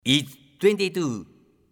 It's 22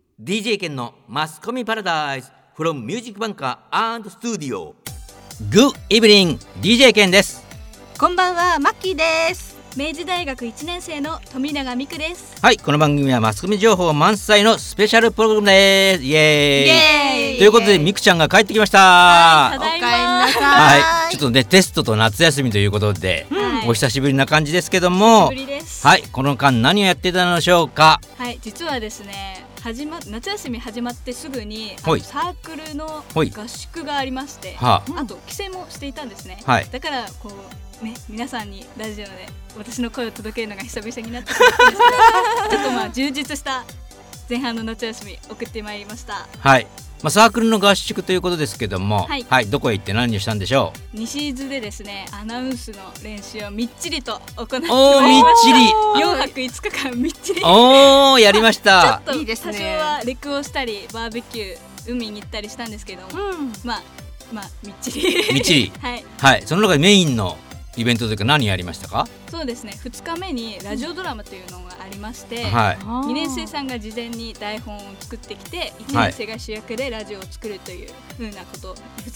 DJ 県のマスコミパラダイス from ミュージックバンカー&スタジオ Good evening DJ 県です。 こんばんは、マッキーです。 明治大学1年生の富永美久です。 はい、この番組はマスコミ情報満載のスペシャルプログラムです。イエーイということで、ミクちゃんが帰ってきました。 はい、ただいま。 お帰りなさい。 はい、ちょっとねテストと夏休みということで、お久しぶりな感じですけども、 久しぶりです。 はい、この間何をやってたのでしょうか。 はい、実はですね、夏休み始まってすぐにサークルの合宿がありまして、あと帰省もしていたんですね。 はい、 だからこうね、皆さんにラジオで私の声を届けるのが久々になってしまったんですけどちょっと充実した前半の夏休み送ってまいりました。 はい、サークルの合宿ということですけども、 はい、 どこへ行って何をしたんでしょう。西伊豆でですね、アナウンスの練習をみっちりと行ってまいりました。 おー、みっちり 4泊5日間みっちりおー、やりましたちょっと多少はレクをしたりバーベキュー海に行ったりしたんですけども、まあみっちりみっちりはい、 はい、その中でメインのイベントというか何やりましたか。 そうですね、2日目にラジオドラマというのがありまして、2年生さんが事前に台本を作ってきて1年生が主役でラジオを作るというふうなことを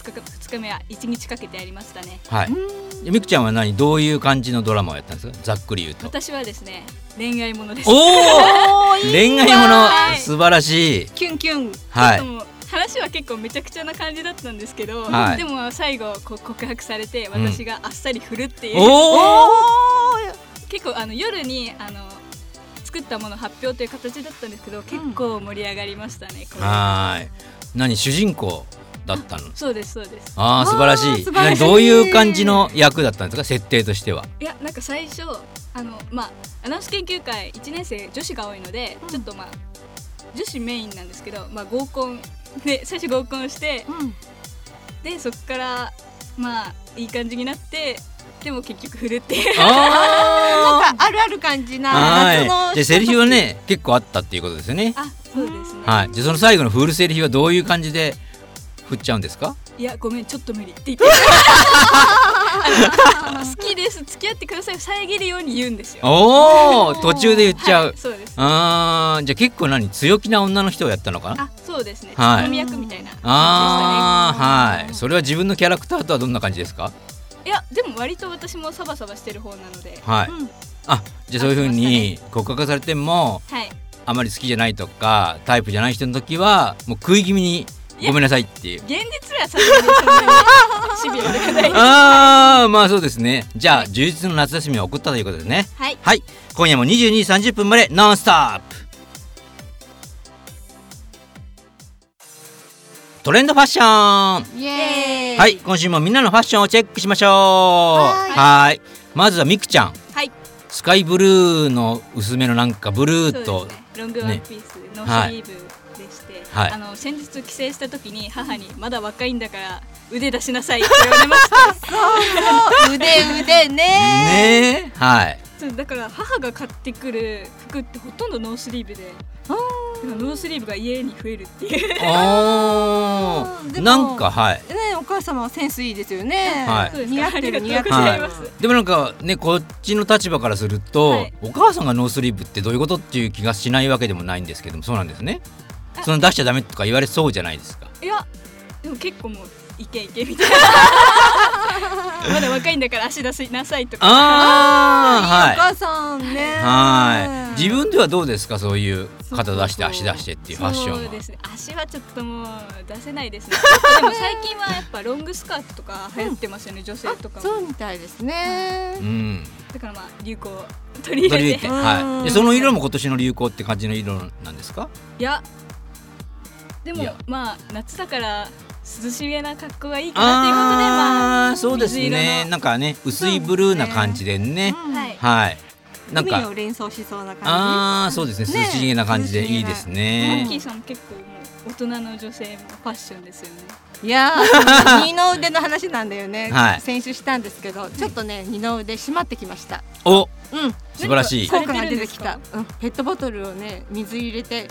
2日目は1日かけてやりましたね。 はい、みくちゃんはどういう感じのドラマをやったんですか、ざっくり言うと。 私はですね、恋愛ものです。 おー恋愛もの、素晴らしい。 キュンキュン。 はい、 ちょっともう話は結構めちゃくちゃな感じだったんですけど、でも最後告白されて私があっさり振るっていう、結構夜に作ったもの発表という形だったんですけど、結構盛り上がりましたね。 はい、何主人公だったの。 そうですそうです。 素晴らしい。どういう感じの役だったんですか、設定としては。いや、なんか最初アナウンス研究会1年生女子が多いので、ちょっと女子メインなんですけど、合コンで最初合コンして、でそこからいい感じになって、でも結局振るっていうなんかあるある感じな夏の。 でセリフはね結構あったっていうことですよね。 そうですね。 はい、じゃあその最後の振るセリフはどういう感じで振っちゃうんですか。 いや、ごめんちょっと無理って言って好きです、付き合ってくださいを遮るように言うんですよ。 途中で言っちゃう。 そうです。 じゃあ結構強気な女の人をやったのかな。 そうですね、ツッコミ役みたいな感じでしたね。 はい、それは自分のキャラクターとはどんな感じですか。 いや、でも割と私もサバサバしてる方なので、 はい、じゃあそういう風に告白されても、あまり好きじゃないとかタイプじゃない人の時はもう食い気味にごめんなさいっていう。 現実はさすがにそんなにシビアではないです。 そうですね。じゃあ、充実の夏休みを送ったということですね。 はい、 今夜も22時30分までノンストップトレンドファッション。 イエーイ。 はい、今週もみんなのファッションをチェックしましょう。はい、まずはみくちゃん。スカイブルーの薄めのブルーと、 ロングワンピースノースリーブでして、先日帰省した時に母にまだ若いんだから腕出しなさいって言われました。 そう腕ね。 はい。 だから母が買ってくる服ってほとんどノースリーブで、ノースリーブが家に増えるっていう。 なんかお母様はセンスいいですよね。似合ってる。 でもこっちの立場からすると、お母さんがノースリーブってどういうことっていう気がしないわけでもないんですけども、そうなんですね。その出しちゃダメとか言われそうじゃないですか。 いや、でも結構もういけみたいなまだ若いんだから足出しなさいとか。 お母さんね。 自分ではどうですか、そういう肩出して足出してっていうファッションは。 そうですね、足はちょっともう出せないですね。でも最近はやっぱロングスカートとか流行ってますよね、女性とかも。 そうみたいですね。 だから流行を取り入れて。 でその色も今年の流行って感じの色なんですか。 いや、でも夏だから涼しげな格好がいいかなということで、 そうですね、薄いブルーな感じでね。 海を連想しそうな感じ。 そうですね、涼しげな感じでいいですね。 マッキーさん結構もう大人の女性のファッションですよね。 いや二の腕の話なんだよね。先週したんですけど、ちょっとね二の腕締まってきました。 お、 うん、 素晴らしい。 効果が出てきた、ペットボトルをね水入れて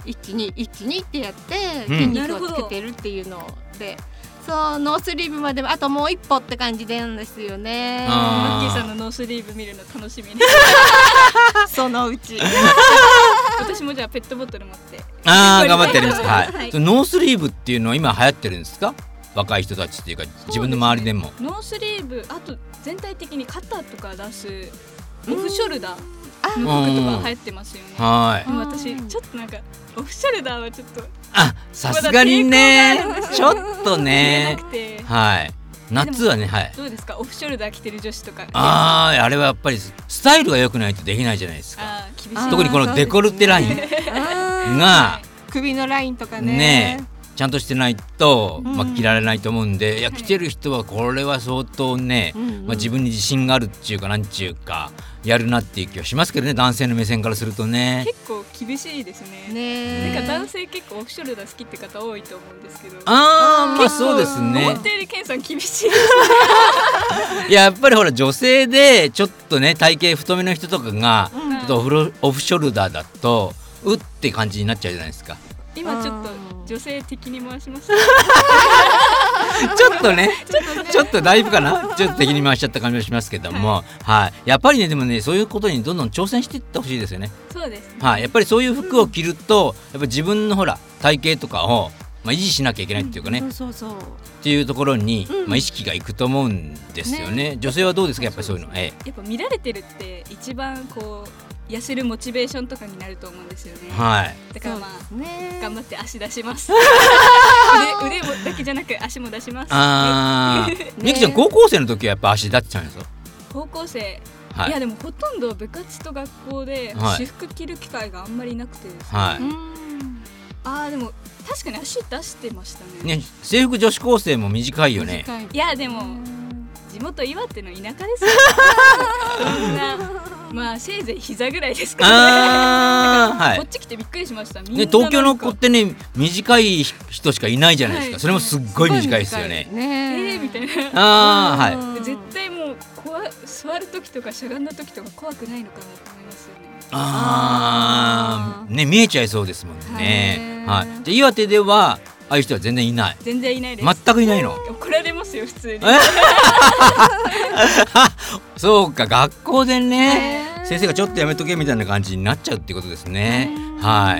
12ってやって筋肉をつけてるっていうので、そうノースリーブまであともう一歩って感じなんですよね。 マッキーさんのノースリーブ見るの楽しみねそのうち私もじゃあペットボトル持って頑張ってやります。はい、 はいノースリーブっていうのは今流行ってるんですか？若い人たちっていうか自分の周りでも。 ノースリーブ、あと全体的に肩とか出すオフショルダーの服とか流行ってますよね。 はい。 でも私ちょっとなんかオフショルダーはちょっとさすがにね、ちょっと着れねなくて。 はい。夏はね、はい。 どうですか、オフショルダー着てる女子とか。 あれはやっぱりスタイルが良くないとできないじゃないですか。 厳しい。 特にこのデコルテラインが首のラインとかねねちゃんとしてないと、着られないと思うんで、いや着てる人はこれは相当ね、自分に自信があるっていうかなんちゅうかやるなっていう気はしますけどね、男性の目線からするとね。 結構厳しいですね。なんか男性結構オフショルダー好きって方多いと思うんですけど。 まあそうですね。 思ったよりケンさん厳しいやっぱりほら女性でちょっとね体型太めの人とかが、ちょっとオフショルダーだとうって感じになっちゃうじゃないですか。 今ちょっと女性的に回しましたちょっとねちょっとだいぶかな、ちょっと敵に回しちゃった感じがしますけども、はい、やっぱりねでもねそういうことにどんどん挑戦していってほしいですよね。 そうですね。 はい、やっぱりそういう服を着るとやっぱ自分のほら体型とかを維持しなきゃいけないっていうかね、っていうところに意識がいくと思うんですよね。女性はどうですか、やっぱりそういうの。やっぱ見られてるって一番こう痩せるモチベーションとかになると思うんですよね。 はい。 だから頑張って足出します腕もだけじゃなく足も出します。 みきちゃん高校生の時はやっぱ足出っちゃうんですよ。 高校生、いやでもほとんど部活と学校で私服着る機会があんまりなくてですね。でも確かに足出してましたね。 制服女子高生も短いよね。 いやでも地元岩手の田舎ですよそんなせいぜい膝ぐらいですからね。こっち来てびっくりしました。 東京の子ってね短い人しかいないじゃないですか。それもすっごい短いですよね。 みたいな。絶対もう座る時とかしゃがんだ時とか怖くないのかなと思いますよね。 見えちゃいそうですもんね。はい。で岩手ではああいう人は全然いない。 全然いないです。 全くいないの。 怒られますよ普通に。 そうか、学校でね先生がちょっとやめとけみたいな感じになっちゃうってことですね。はい。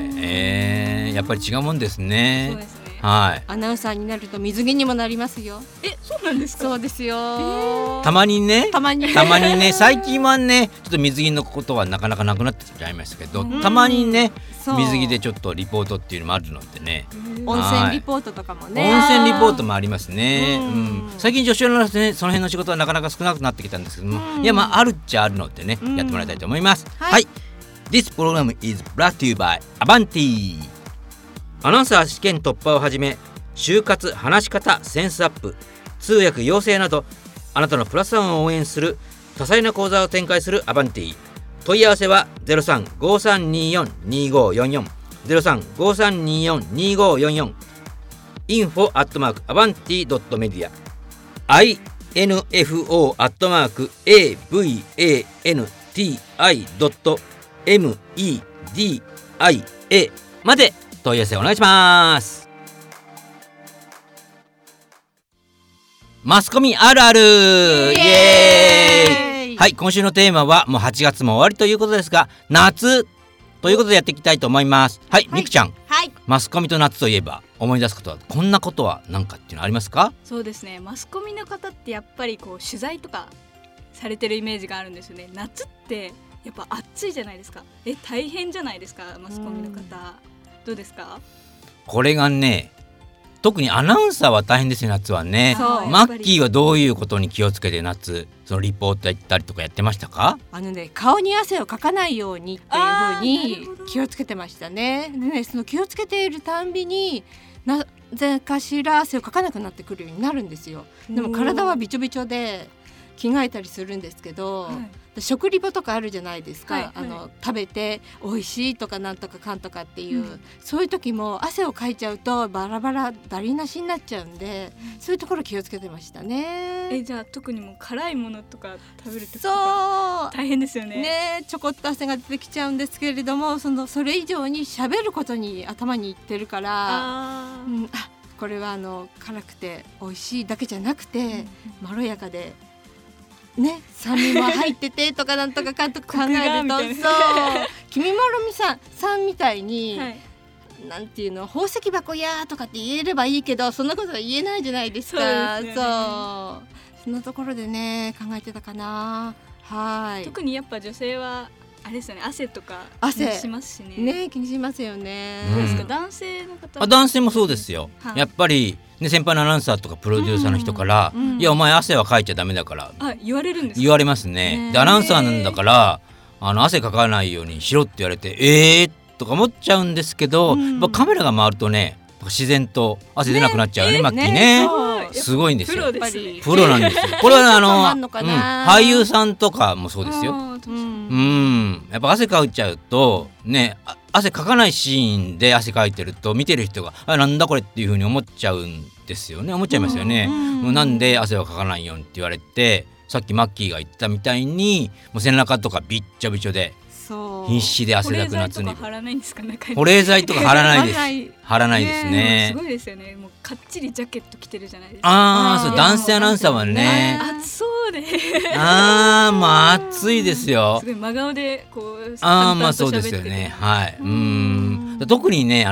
やっぱり違うもんですね。 そうですね。 はい。アナウンサーになると水着にもなりますよ。 そうなんですか。 そうですよ。 たまにね最近はねちょっと水着のことはなかなかなくなってきちゃいましたけど、たまにね水着でちょっとリポートっていうのもあるのでね。 温泉リポートとかもね。 温泉リポートもありますね。最近女子アナのその辺の仕事はなかなか少なくなってきたんですけども、いやあるっちゃあるのでね、やってもらいたいと思います。はい。This program is brought to you by Avanti。アナウンサー試験突破をはじめ就活、話し方、センスアップ、通訳、養成などあなたのプラスワンを応援する多彩な講座を展開するアバンティ。問い合わせは 03-5324-2544 03-5324-2544 info@avanti.media info@avanti.media まで問い合わせお願いします。マスコミあるあるイエーイ。はい、今週のテーマはもう8月も終わりということですが、夏ということでやっていきたいと思います。はい、みくちゃん、マスコミと夏といえば思い出すことはこんなことは何かっていうのありますか？ そうですね、マスコミの方ってやっぱりこう取材とかされてるイメージがあるんですよね。夏ってやっぱ暑いじゃないですか。大変じゃないですか、マスコミの方。どうですか？ これがね、特にアナウンサーは大変ですよ、夏はね。マッキーはどういうことに気をつけて夏そのリポートやったりとかやってましたか？ 顔に汗をかかないようにっていうふうに気をつけてましたね。でね、その気をつけているたんびになぜかしら汗をかかなくなってくるようになるんですよ。でも体はびちょびちょで着替えたりするんですけど、 食リポとかあるじゃないですか、 はいはい食べて美味しいとかなんとかかんとかっていう、そういう時も汗をかいちゃうとバラバラだりなしになっちゃうんで、そういうところ気をつけてましたね。 じゃあ特にもう辛いものとか食べるときとそうか大変ですよね。 ね、ちょこっと汗が出てきちゃうんですけれども、それ以上に喋ることに頭にいってるから、これは辛くて美味しいだけじゃなくて、まろやかでね、酸味も入っててとかなんとかかんとか考えるとそう君まろみさんみたいに、なんていうの、宝石箱やとかって言えればいいけど、そんなことは言えないじゃないですか。そんなところでね考えてたかな。はい。 特にやっぱ女性はあれですよね、汗とか気にしますしね。 気にしますよね。 どうですか、男性の方？ 男性もそうですよ。やっぱりね、先輩のアナウンサーとかプロデューサーの人から、いやお前汗はかいちゃダメだから、 言われるんですか？ 言われますね。でアナウンサーなんだから汗かかないようにしろって言われてとか思っちゃうんですけど、カメラが回るとね自然と汗出なくなっちゃうね、マッキーね。すごいんですよ。プロなんですよ。これは俳優さんとかもそうですよ。やっぱ汗かいちゃうとね、汗かかないシーンで汗かいてると見てる人がなんだこれっていう風に思っちゃうんですよね。思っちゃいますよね。なんで汗はかかないよって言われて、さっきマッキーが言ったみたいにもう背中とかびっちょびちょで必死で汗だく夏に。 保冷剤とか貼らないんですか？ 保冷剤とか貼らないです。貼らないですね。 すごいですよね。もうかっちりジャケット着てるじゃないですか。 そう、男性アナウンサーはね、 暑そうでまあ暑いですよ。 すごい真顔でこうそうですよね。はい。特にね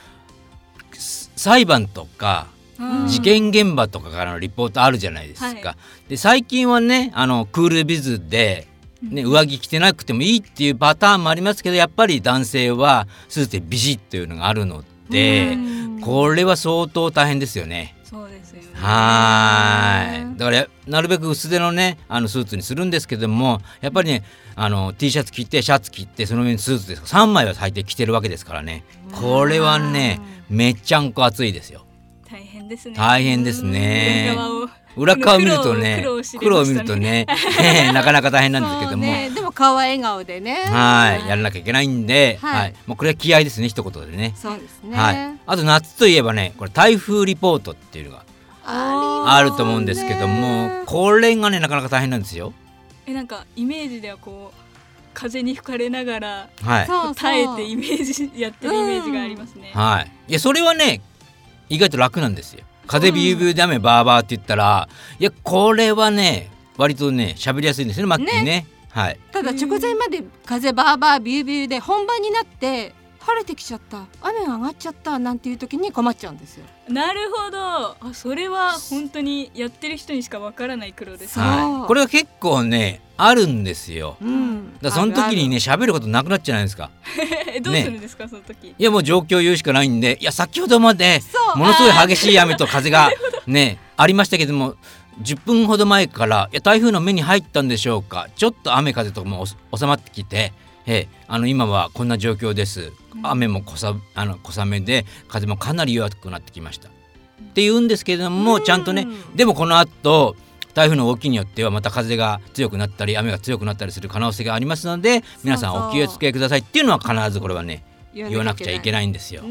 裁判とか事件現場とかからのリポートあるじゃないですか。で最近はねクールビズで上着着てなくてもいいっていうパターンもありますけど、やっぱり男性はスーツでビシッというのがあるので、これは相当大変ですよね。 そうですよね。 だからなるべく薄手のねスーツにするんですけども、やっぱりねT シャツ着てシャツ着てその上にスーツです3枚は最低着てるわけですからね。これはねめっちゃんこ暑いですよ。 大変ですね。 大変ですね。裏側を見るとね、苦労を見るとねなかなか大変なんですけども、 でも顔は笑顔でね、 やらなきゃいけないんで、もうこれは気合ですね、一言でね。 そうですね。 あと夏といえばね、これ台風リポートっていうのがあると思うんですけども、これがねなかなか大変なんですよ。 なんかイメージではこう風に吹かれながら、耐えてイメージやってるイメージがありますね。 いやそれはね意外と楽なんですよ。風ビュービューで雨バーバーって言ったら、いやこれはね割とね喋りやすいんですね、マッキーね。 ただ直前まで風バーバービュービューで本番になって晴れてきちゃった、雨が上がっちゃったなんていう時に困っちゃうんですよ。 なるほど。それは本当にやってる人にしかわからない苦労ですね。 これは結構ねあるんですよ。だその時にね喋ることなくなっちゃうじゃないですか。 どうするんですか、その時。 いやもう状況を言うしかないんで、いや先ほどまでものすごい激しい雨と風がねありましたけども、10分ほど前から台風の目に入ったんでしょうか、ちょっと雨風とかも収まってきて、今はこんな状況です、雨も小雨で風もかなり弱くなってきましたって言うんですけれども、ちゃんとね、でもこの後台風の動きによってはまた風が強くなったり雨が強くなったりする可能性がありますので、皆さんお気をつけくださいっていうのは必ずこれはね言わなくちゃいけないんですよ。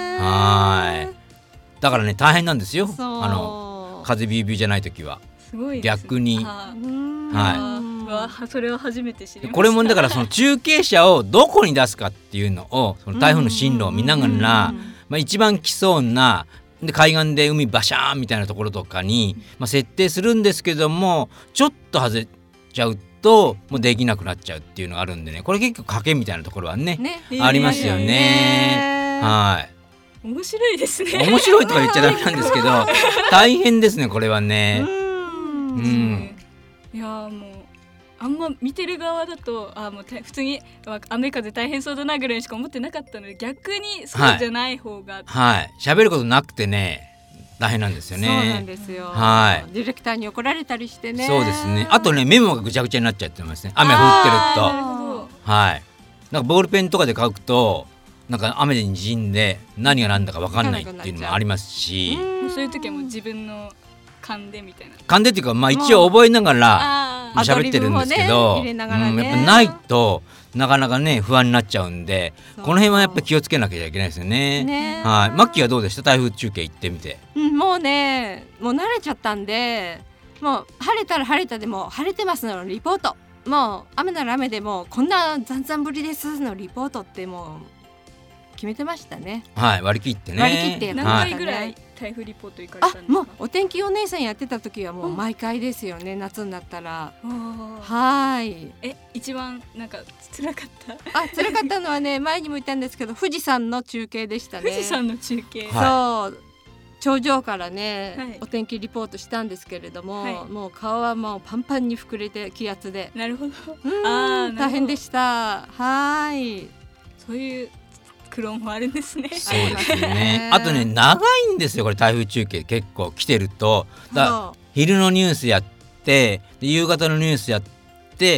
だからね大変なんですよ、風ビュービューじゃない時は。 すごい逆に。 それは初めて知りました。 これもだからその中継車をどこに出すかっていうのをその台風の進路を見ながら、一番来そうなで海岸で海バシャーンみたいなところとかに、設定するんですけども、ちょっと外れちゃうともうできなくなっちゃうっていうのがあるんでね、これ結構賭けみたいなところはねありますよね。 面白いですね。 面白いとか言っちゃダメなんですけど大変ですねこれはね。 いやもうあんま見てる側だともう普通に雨風大変そうだなぐらいしか思ってなかったので、逆にそうじゃない方が喋ることなくてね大変なんですよね。 そうなんですよ。ディレクターに怒られたりしてね。 そうですね。あとねメモがぐちゃぐちゃになっちゃってますね、雨降ってると。なんかボールペンとかで書くとなんか雨でにじんで何が何だか分かんないっていうのもありますし、 そういう時はもう自分の勘でみたいな。 勘でっていうか一応覚えながら喋ってるんですけど、 入れながらね、 やっぱないとなかなかね不安になっちゃうんで、この辺はやっぱり気をつけなきゃいけないですよね。はい。マッキーはどうでした？台風中継行ってみて。 もうね、もう慣れちゃったんで、もう晴れたら晴れたでも晴れてますのリポート、もう雨なら雨でもこんなざんざん降りですのリポートってもう決めてましたね。 はい、割り切ってね。 割り切ってやってましたね。 何回ぐらい台風リポート行かれたんですか？ もうお天気お姉さんやってた時はもう毎回ですよね、夏になったら。はい。 一番なんか辛かった？ 辛かったのはね、前にも言ったんですけど、富士山の中継でしたね。 富士山の中継。 そう。頂上からね、お天気リポートしたんですけれども、もう顔はもうパンパンに膨れて気圧で。 なるほど。 大変でした。はい。 そういう苦労もあるんですね。 そうですね。あとね、長いんですよこれ台風中継結構来てると。昼のニュースやって、で夕方のニュースやって、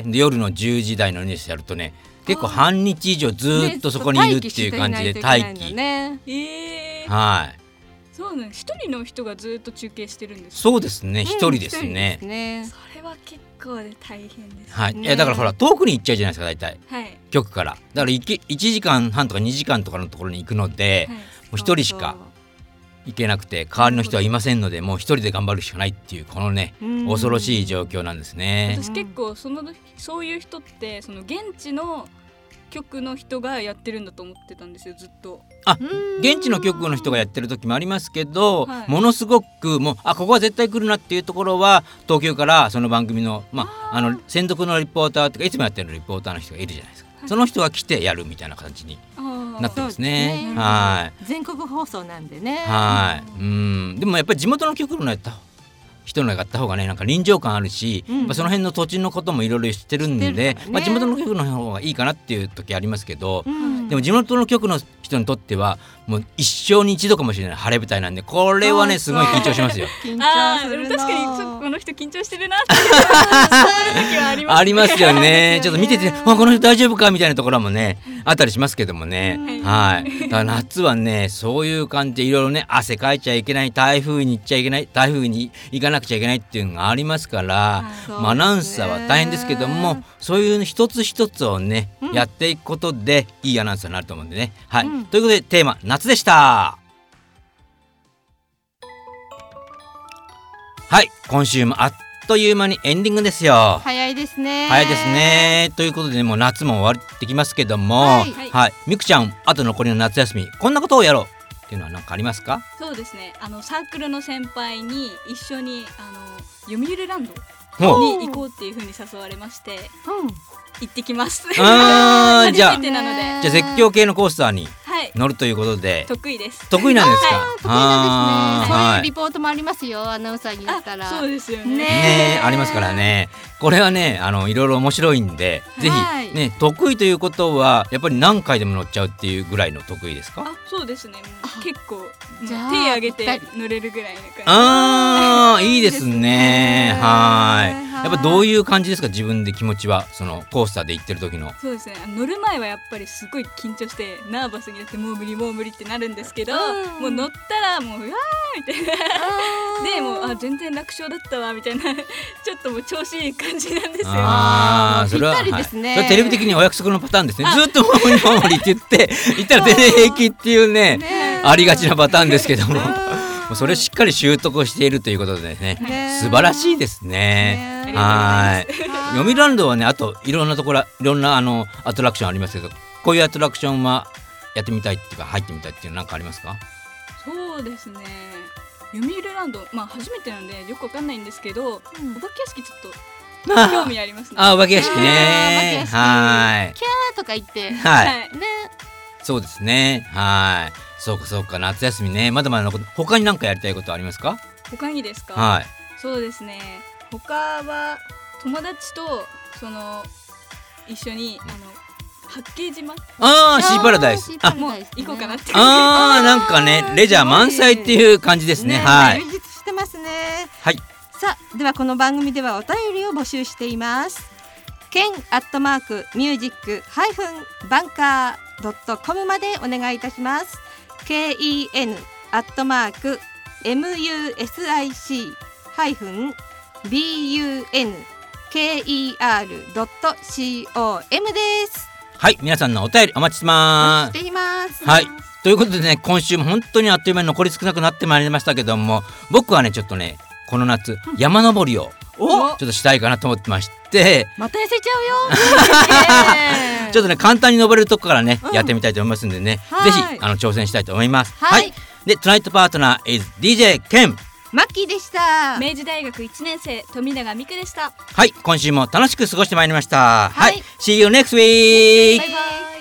で夜の10時台のニュースやるとね、結構半日以上ずっとそこにいるっていう感じで待機。はい。 そうね、一人の人がずっと中継してるんです。 そうですね、一人ですね。 それは結構で大変です。 はい。だからほら遠くに行っちゃうじゃないですか大体。 はい。 局から。だから1時間半とか2時間とかのところに行くので、もう一人しか行けなくて代わりの人はいませんので、もう一人で頑張るしかないっていうこのね恐ろしい状況なんですね。 私結構そういう人ってその現地の局の人がやってるんだと思ってたんですよずっと。 現地の局の人がやってる時もありますけど、ものすごくもうここは絶対来るなっていうところは東京からその番組の専属のリポーターとかいつもやってるリポーターの人がいるじゃないですか。その人が来てやるみたいな形になってますね。はい。 全国放送なんでね。 はい。でもやっぱり地元の局の人のやった方がねなんか臨場感あるし、その辺の土地のこともいろいろ知ってるんで、地元の局の方がいいかなっていう時ありますけど、でも地元の局の人にとってはもう一生に一度かもしれない晴れ舞台なんで、これはねすごい緊張しますよ。 でも確かにこの人緊張してるなって時はありますね。 ありますよね。ちょっと見ててこの人大丈夫かみたいなところもねあったりしますけどもね。はい。だから夏はねそういう感じでいろいろね汗かいちゃいけない、台風に行っちゃいけない、台風に行かなくちゃいけないっていうのがありますから、アナウンサーは大変ですけども、そういう一つ一つをね、やっていくことでいいアナウンサーになると思うんでね。はい。ということでテーマ夏でした。はい、今週もあっという間にエンディングですよ。 早いですね。 早いですね。ということでもう夏も終わってきますけども、はい。みくちゃん、あと残りの夏休みこんなことをやろうっていうのは何かありますか？ そうですね。サークルの先輩に一緒に読売ランドに行こうっていう風に誘われまして、行ってきます。 じゃあ絶叫系のコースターに乗るということで、 得意です。 得意なんですか？ 得意なんですね。そういうリポートもありますよ、アナウンサーになったら。 そうですよね。 ね、ありますからね。これはねいろいろ面白いんで、ぜひね得意ということはやっぱり何回でも乗っちゃうっていうぐらいの得意ですか？ そうですね。結構手挙げて乗れるぐらいの感じ。いいですね。はい。やっぱどういう感じですか？自分で気持ちはそのコースターで行ってる時の。 そうですね。乗る前はやっぱりすごい緊張してナーバスになってもう無理ってなるんですけど、もう乗ったらもううわーみたいなでもう全然楽勝だったわみたいなちょっともう調子いい感じなんですよ。 それはテレビ的にお約束のパターンですね。ずっと守りって言って言ったら全然平気っていうねありがちなパターンですけども。それをしっかり習得しているということでね、素晴らしいですね。はい。読売ランドはね、あといろんなところ、いろんなアトラクションありますけど、こういうアトラクションはやってみたいっていうか入ってみたいっていうのなんかありますか？ そうですね。読売ランド、初めてなんでよくわかんないんですけど、お化け屋敷ちょっと興味ありますね。 お化け屋敷ね。はい。 キャーとか言って。 はい。ね。そうですね。はい。そうか夏休みね。まだまだ他に何かやりたいことありますか？ 他にですか？ はい。 そうですね。他は友達と一緒に八景島。 シーパラダイス。 もう行こうかなって。 なんかねレジャー満載っていう感じですね。はい。 充実してますね。 はい。 さあではこの番組ではお便りを募集しています。ken@music-banker.com までお願いいたします。ken@music-banker.com KER.com です。 はい、皆さんのお便りお待ちしてます。 しています。 はい、ということでね、今週も本当にあっという間に残り少なくなってまいりましたけども、僕はねちょっとねこの夏、山登りをちょっとしたいかなと思ってまして、 また痩せちゃうよ。 ちょっとね簡単に登れるとこからね、やってみたいと思いますんでね、ぜひ挑戦したいと思います。はい。で、トゥナイトパートナー is DJ ケン。 マッキーでした。 明治大学1年生富永美久でした。 はい、今週も楽しく過ごしてまいりました。はい、See you next week。 バイバイ。